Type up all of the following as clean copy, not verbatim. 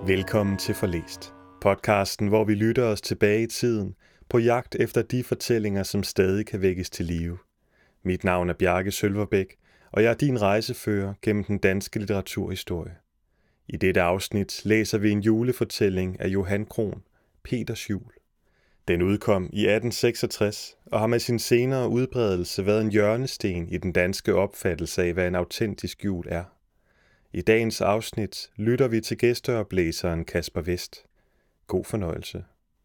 Velkommen til Forlæst, podcasten, hvor vi lytter os tilbage i tiden på jagt efter de fortællinger, som stadig kan vækkes til live. Mit navn er Bjarke Sølverbæk, og jeg er din rejsefører gennem den danske litteraturhistorie. I dette afsnit læser vi en julefortælling af Johan Krohn, Peters jul. Den udkom i 1866 og har med sin senere udbredelse været en hjørnesten i den danske opfattelse af, hvad en autentisk jul er. I dagens afsnit lytter vi til gæsteoplæseren Kasper West. God fornøjelse.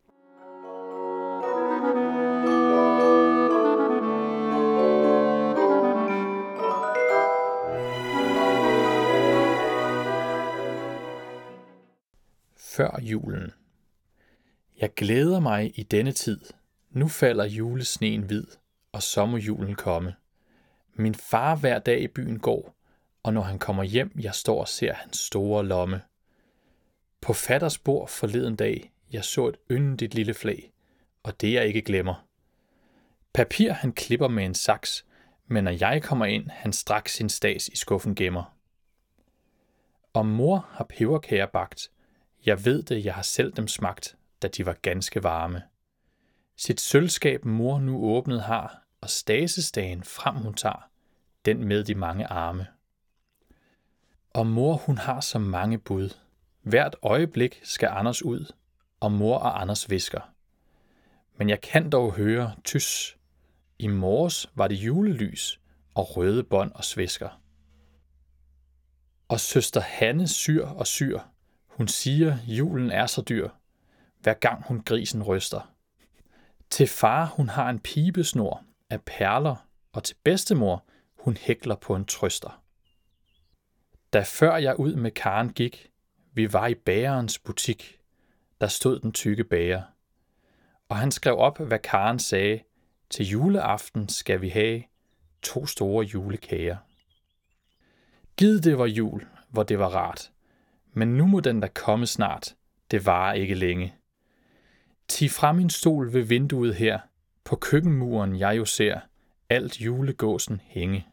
Før julen. Jeg glæder mig i denne tid. Nu falder julesneen hvid, og så må julen komme. Min far hver dag i byen går, og når han kommer hjem, jeg står og ser hans store lomme. På fatters bord forleden dag, jeg så et yndigt lille flag, og det jeg ikke glemmer. Papir han klipper med en saks, men når jeg kommer ind, han straks sin stads i skuffen gemmer. Og mor har peberkager bagt. Jeg ved det, jeg har selv dem smagt, da de var ganske varme. Sit sølvskab mor nu åbnet har, og stasestagen frem hun tager, den med de mange arme. Og mor hun har så mange bud. Hvert øjeblik skal Anders ud, og mor og Anders hvisker. Men jeg kan dog høre tys. I morges var det julelys og røde bånd og svisker. Og søster Hanne syr og syr. Hun siger, julen er så dyr, hver gang hun grisen ryster. Til far hun har en pibesnor af perler, og til bedstemor hun hækler på en trøster. Da før jeg ud med Karen gik, vi var i bagerens butik, der stod den tykke bager. Og han skrev op, hvad Karen sagde, til juleaften skal vi have 2 store julekager. Gid det var jul, hvor det var rart, men nu må den da komme snart, det varer ikke længe. Tig fra min stol ved vinduet her, på køkkenmuren jeg jo ser, alt julegåsen hænge.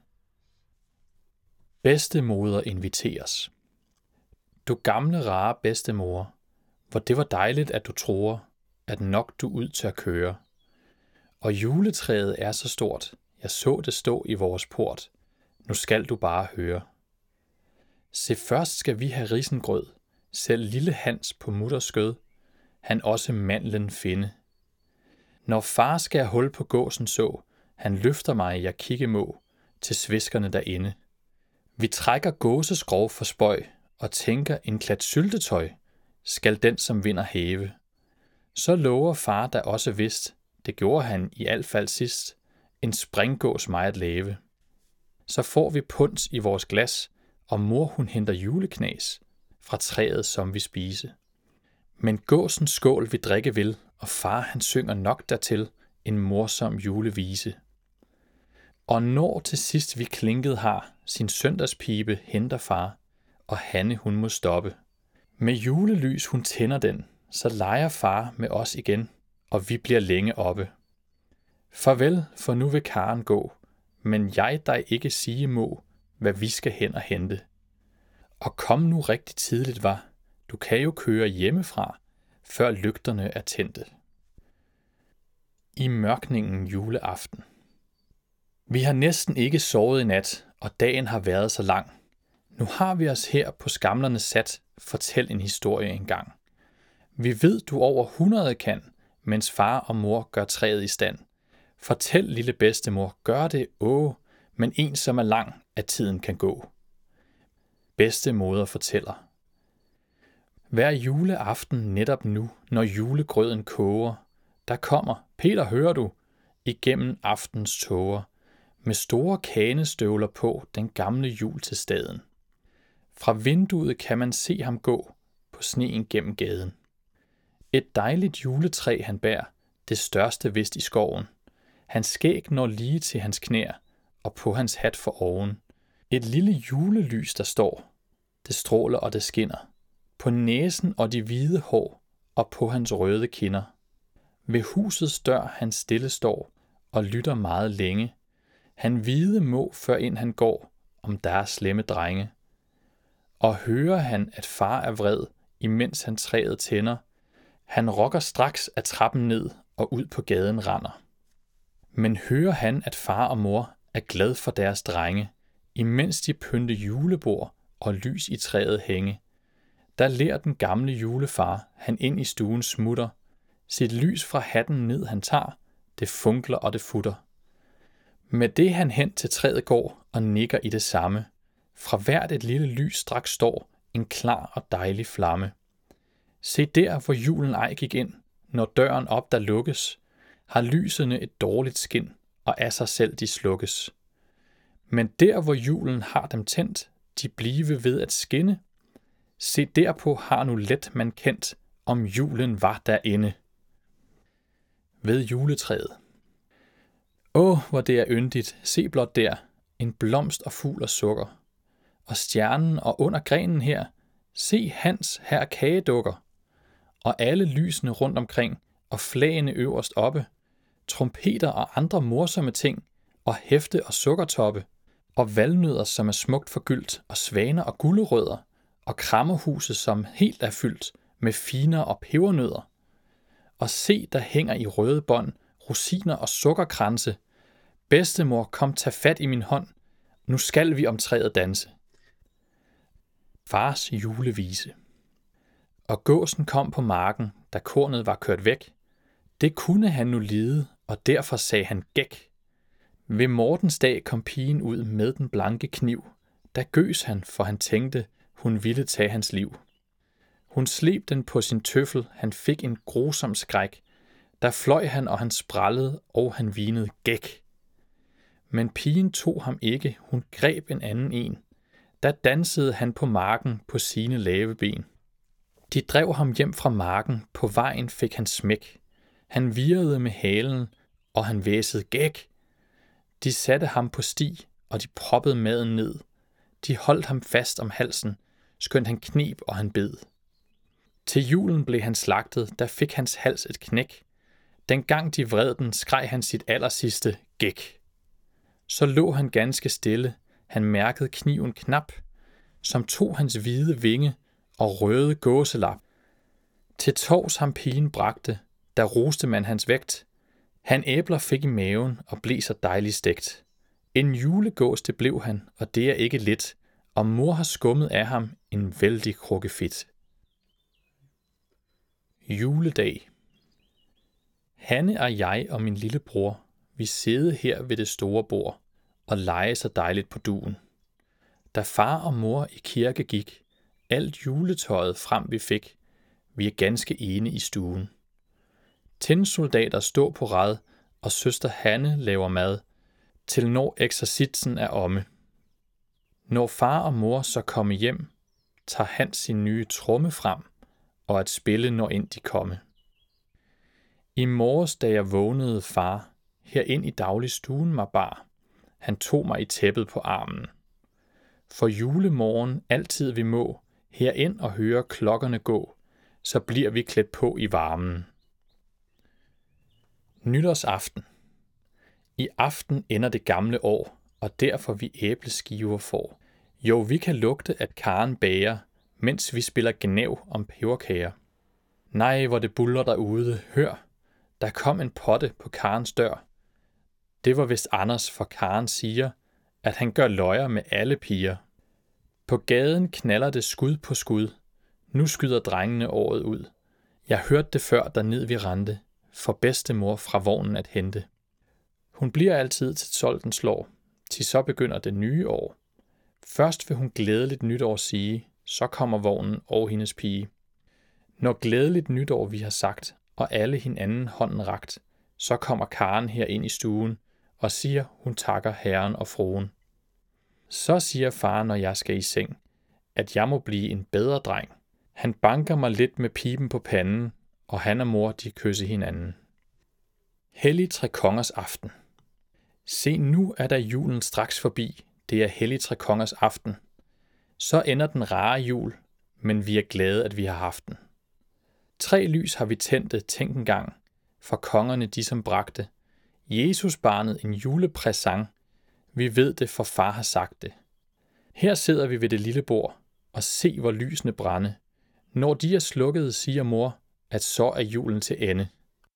Bedstemoder inviteres. Du gamle rare bedstemor, hvor det var dejligt at du tror, at nok du ud til at køre. Og juletræet er så stort, jeg så det stå i vores port, nu skal du bare høre. Se først skal vi have risengrød, selv lille Hans på mutters skød, han også mandlen finde. Når far skal have hul på gåsen så, han løfter mig, jeg kigge må, til sviskerne derinde. Vi trækker gåseskrov for spøj, og tænker en klat syltetøj, skal den som vinder have. Så lover far da også vist, det gjorde han i alt fald sidst, en springgås mig at lave. Så får vi punds i vores glas, og mor hun henter juleknas fra træet som vi spise. Men gåsens skål vi drikke vil, og far han synger nok dertil en morsom julevise. Og når til sidst vi klinket har, sin søndagspibe henter far, og Hanne hun må stoppe. Med julelys hun tænder den, så leger far med os igen, og vi bliver længe oppe. Farvel, for nu vil Karen gå, men jeg dig ikke sige må, hvad vi skal hen og hente. Og kom nu rigtig tidligt var, du kan jo køre hjemmefra, før lygterne er tændte. I mørkningen juleaften. Vi har næsten ikke sovet i nat, og dagen har været så lang. Nu har vi os her på skamlerne sat, fortæl en historie engang. Vi ved du over 100 kan, mens far og mor gør træet i stand. Fortæl lille bedstemor, gør det men en som er lang, at tiden kan gå. Bedstemoder fortæller. Hver juleaften netop nu, når julegrøden koger, der kommer, Peter hører du, igennem aftens tåger, med store kanestøvler på den gamle jul til staden. Fra vinduet kan man se ham gå på sneen gennem gaden. Et dejligt juletræ han bærer, det største vist i skoven. Hans skæg når lige til hans knær, og på hans hat for oven. Et lille julelys der står, det stråler og det skinner. På næsen og de hvide hår, og på hans røde kinder. Ved husets dør han stille står, og lytter meget længe. Han vide må, før ind han går, om der er slemme drenge. Og hører han, at far er vred, imens han træet tænder. Han rokker straks af trappen ned og ud på gaden render. Men hører han, at far og mor er glad for deres drenge, imens de pynte julebord og lys i træet hænge. Der ler den gamle julefar, han ind i stuen smutter. Sit lys fra hatten ned han tager, det funkler og det futter. Med det han hen til træet går og nikker i det samme. Fra hvert et lille lys straks står en klar og dejlig flamme. Se der, hvor julen ej gik ind, når døren op der lukkes, har lysene et dårligt skin, og af sig selv de slukkes. Men der, hvor julen har dem tændt, de blive ved at skinne. Se derpå har nu let man kendt, om julen var derinde. Ved juletræet. Hvor det er yndigt, se blot der, en blomst og fugl og sukker. Og stjernen og under grenen her, se Hans her kagedukker. Og alle lysene rundt omkring, og flagene øverst oppe, trompeter og andre morsomme ting, og hæfte og sukkertoppe, og valnødder, som er smukt forgyldt, og svaner og gulerødder, og krammerhuset, som helt er fyldt med finer og pebernødder. Og se, der hænger i røde bånd, rosiner og sukkerkranse. Bedstemor, kom tag fat i min hånd, nu skal vi om træet danse. Fars julevise. Og gåsen kom på marken, da kornet var kørt væk. Det kunne han nu lide, og derfor sagde han gæk. Ved Mortens dag kom pigen ud med den blanke kniv. Da gøs han, for han tænkte, hun ville tage hans liv. Hun sleb den på sin tøffel, han fik en grusom skræk. Der fløj han, og han sprallede, og han vinede gæk. Men pigen tog ham ikke, hun greb en anden en. Der dansede han på marken på sine lave ben. De drev ham hjem fra marken, på vejen fik han smæk. Han virrede med halen, og han væsede gæk. De satte ham på sti, og de proppede maden ned. De holdt ham fast om halsen, skønt han kneb, og han bed. Til julen blev han slagtet, der fik hans hals et knæk. Dengang de vred den, skreg han sit allersidste gæk. Så lå han ganske stille, han mærkede kniven knap, som tog hans hvide vinge og røde gåselap. Til tovs ham pigen bragte, der roste man hans vægt. Han æbler fik i maven og blev så dejligt stegt. En julegås det blev han, og det er ikke lidt, og mor har skummet af ham en vældig krukke fedt. Juledag. Hanne og jeg og min lille bror, vi sidde her ved det store bord og lege så dejligt på duen. Da far og mor i kirke gik, alt juletøjet frem vi fik, vi er ganske ene i stuen. Tindsoldater stå på rad, og søster Hanne laver mad, til når eksercitsen er omme. Når far og mor så kommer hjem, tager han sin nye tromme frem, og at spille når ind de komme. I morges, da jeg vågnede far, herind i dagligstuen mig bar, han tog mig i tæppet på armen. For julemorgen altid vi må, herind og høre klokkerne gå, så bliver vi klædt på i varmen. Nytårsaften. I aften ender det gamle år, og derfor vi æbleskiver får. Jo, vi kan lugte, at Karen bager, mens vi spiller gnæv om peberkager. Nej, hvor det buldrer derude, hør, der kom en potte på Karens dør. Det var vist Anders, for Karen siger, at han gør løjer med alle piger. På gaden knaller det skud på skud. Nu skyder drengene året ud. Jeg hørte det før, derned vi rendte, for bedstemor fra vognen at hente. Hun bliver altid til solden slår, til så begynder det nye år. Først vil hun glædeligt nytår sige, så kommer vognen og hendes pige. Når glædeligt nytår vi har sagt, og alle hinanden hånden rakt, så kommer Karen her ind i stuen og siger, hun takker herren og fruen. Så siger far, når jeg skal i seng, at jeg må blive en bedre dreng. Han banker mig lidt med piben på panden, og han og mor de kysser hinanden. Hellig Tre Kongers aften. Se, nu er der julen straks forbi. Det er Hellig Tre Kongers aften. Så ender den rare jul, men vi er glade, at vi har haft den. 3 lys har vi tændte, tænk engang, for kongerne de som bragte. Jesus barnet en julepræsang. Vi ved det, for far har sagt det. Her sidder vi ved det lille bord, og se hvor lysene brænde. Når de er slukkede, siger mor, at så er julen til ende.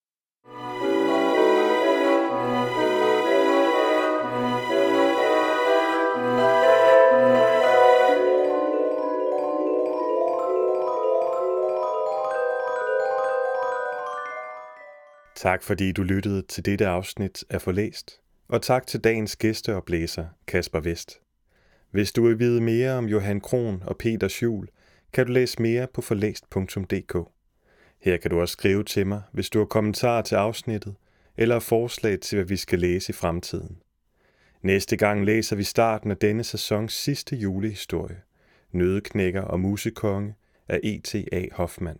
Tak fordi du lyttede til dette afsnit af Forlæst, og tak til dagens gæsteoplæser, Kasper Vest. Hvis du vil vide mere om Johan Krohn og Peter Schjuhl, kan du læse mere på forlæst.dk. Her kan du også skrive til mig, hvis du har kommentarer til afsnittet, eller forslag til, hvad vi skal læse i fremtiden. Næste gang læser vi starten af denne sæsons sidste julehistorie, Nøddeknækker og Musekonge af E.T.A. Hoffmann.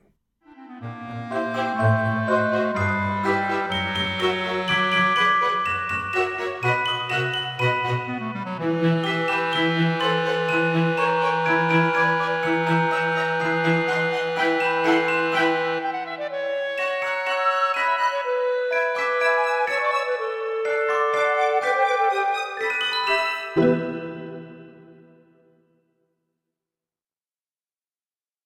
thank you